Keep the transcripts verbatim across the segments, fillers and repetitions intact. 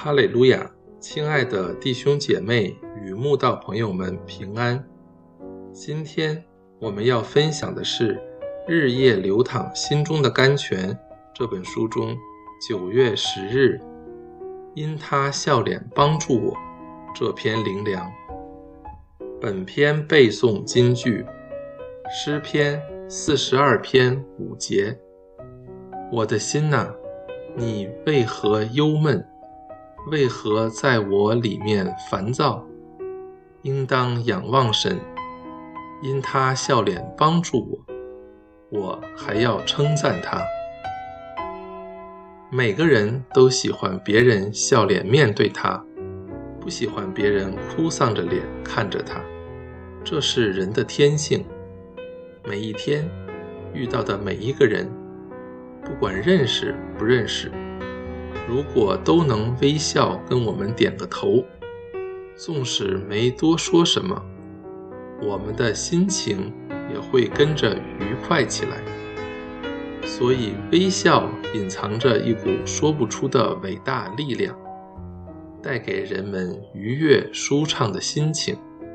哈利路亚，亲爱的弟兄姐妹与慕道朋友们平安。今天我们要分享的是《日夜流淌心中的甘泉》这本书中九月十日因他笑脸帮助我这篇灵粮。本篇背诵金句：诗篇四十二篇五节。我的心哪，你为何忧闷？为何在我里面烦躁？应当仰望神，因他笑脸帮助我，我还要称赞他。每个人都喜欢别人笑脸面对他，不喜欢别人哭丧着脸看着他，这是人的天性。每一天遇到的每一个人，不管认识不认识，如果都能微笑跟我们点个头，纵使没多说什么，我们的心情也会跟着愉快起来。所以微笑隐藏着一股说不出的伟大力量，带给人们愉悦舒畅的心情。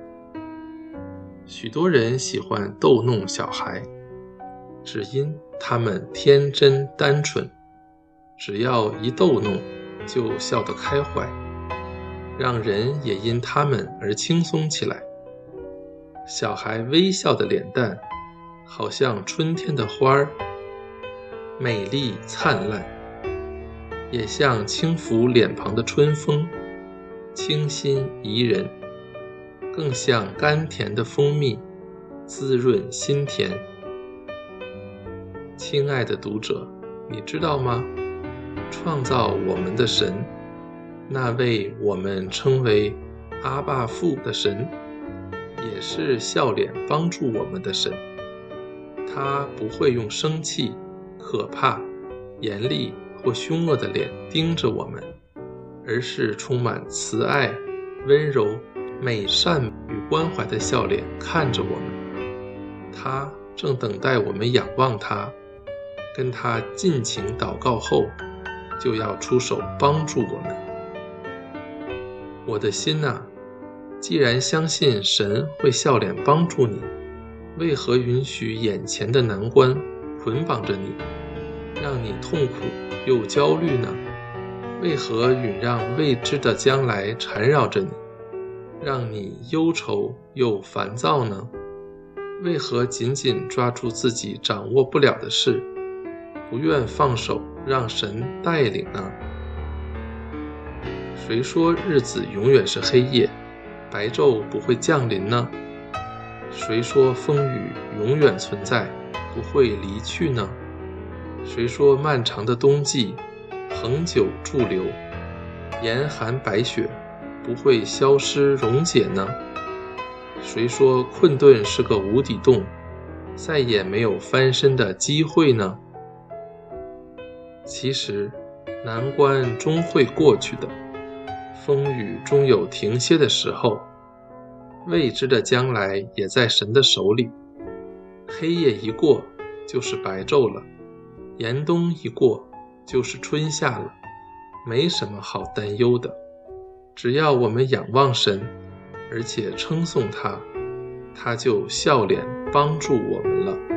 许多人喜欢逗弄小孩，只因他们天真单纯，只要一逗弄就笑得开怀，让人也因他们而轻松起来。小孩微笑的脸蛋好像春天的花儿，美丽灿烂，也像轻拂脸庞的春风，清新宜人，更像甘甜的蜂蜜，滋润心田。亲爱的读者，你知道吗？创造我们的神，那位我们称为阿爸父的神，也是笑脸帮助我们的神。他不会用生气、可怕、严厉或凶恶的脸盯着我们，而是充满慈爱、温柔、美善与关怀的笑脸看着我们。他正等待我们仰望他，跟他尽情祷告后，就要出手帮助我们。我的心哪，既然相信神会笑脸帮助你，为何允许眼前的难关捆绑着你，让你痛苦又焦虑呢？为何允让未知的将来缠绕着你，让你忧愁又烦躁呢？为何紧紧抓住自己掌握不了的事，不愿放手让神带领呢？谁说日子永远是黑夜，白昼不会降临呢？谁说风雨永远存在，不会离去呢？谁说漫长的冬季恒久驻留，严寒白雪不会消失溶解呢？谁说困顿是个无底洞，再也没有翻身的机会呢？其实难关终会过去的，风雨终有停歇的时候，未知的将来也在神的手里。黑夜一过就是白昼了，严冬一过就是春夏了，没什么好担忧的。只要我们仰望神，而且称颂他，他就笑脸帮助我们了。